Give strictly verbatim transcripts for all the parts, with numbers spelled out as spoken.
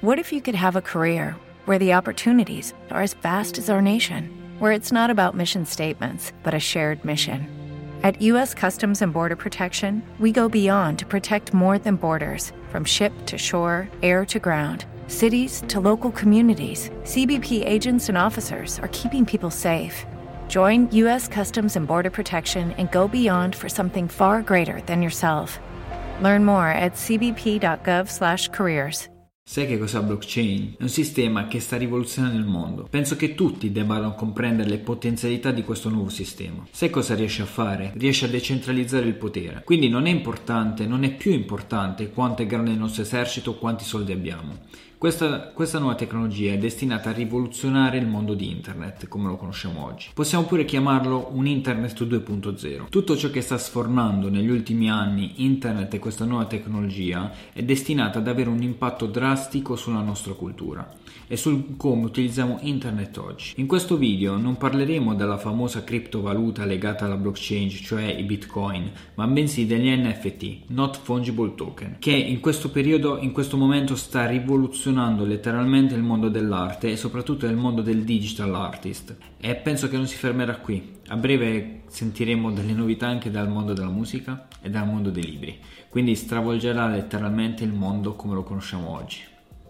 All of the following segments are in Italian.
What if you could have a career where the opportunities are as vast as our nation, where it's not about mission statements, but a shared mission? At U S Customs and Border Protection, we go beyond to protect more than borders. From ship to shore, air to ground, cities to local communities, C B P agents and officers are keeping people safe. Join U S Customs and Border Protection and go beyond for something far greater than yourself. Learn more at c b p dot gov slash careers. Sai che cos'è blockchain? È un sistema che sta rivoluzionando il mondo. Penso che tutti debbano comprendere le potenzialità di questo nuovo sistema. Sai cosa riesce a fare? Riesce a decentralizzare il potere. Quindi non è importante, non è più importante quanto è grande il nostro esercito o quanti soldi abbiamo. Questa, questa nuova tecnologia è destinata a rivoluzionare il mondo di internet come lo conosciamo oggi. Possiamo pure chiamarlo un internet due punto zero. Tutto ciò che sta sfornando negli ultimi anni internet e questa nuova tecnologia è destinata ad avere un impatto drastico sulla nostra cultura e sul come utilizziamo internet oggi. In questo video non parleremo della famosa criptovaluta legata alla blockchain, cioè i bitcoin, ma bensì degli N F T, Not Fungible Token, che in questo periodo, in questo momento sta rivoluzionando letteralmente il mondo dell'arte e soprattutto il mondo del digital artist, e penso che non si fermerà qui. A breve sentiremo delle novità anche dal mondo della musica e dal mondo dei libri, quindi stravolgerà letteralmente il mondo come lo conosciamo oggi.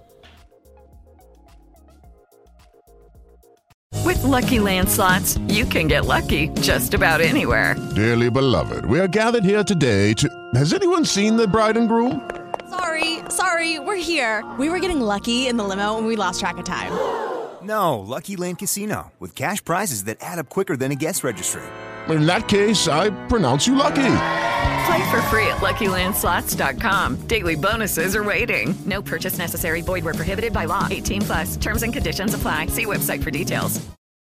With Lucky Land Slots, you can get lucky just about anywhere. Dearly beloved, we are gathered here today to... Has anyone seen the bride and groom? Sorry, sorry, we're here. We were getting lucky in the limo and we lost track of time. No, Lucky Land Casino, with cash prizes that add up quicker than a guest registry. In that case, I pronounce you lucky. Play for free at lucky land slots dot com. Daily bonuses are waiting. No purchase necessary. Void where prohibited by law. eighteen plus. Terms and conditions apply. See website for details.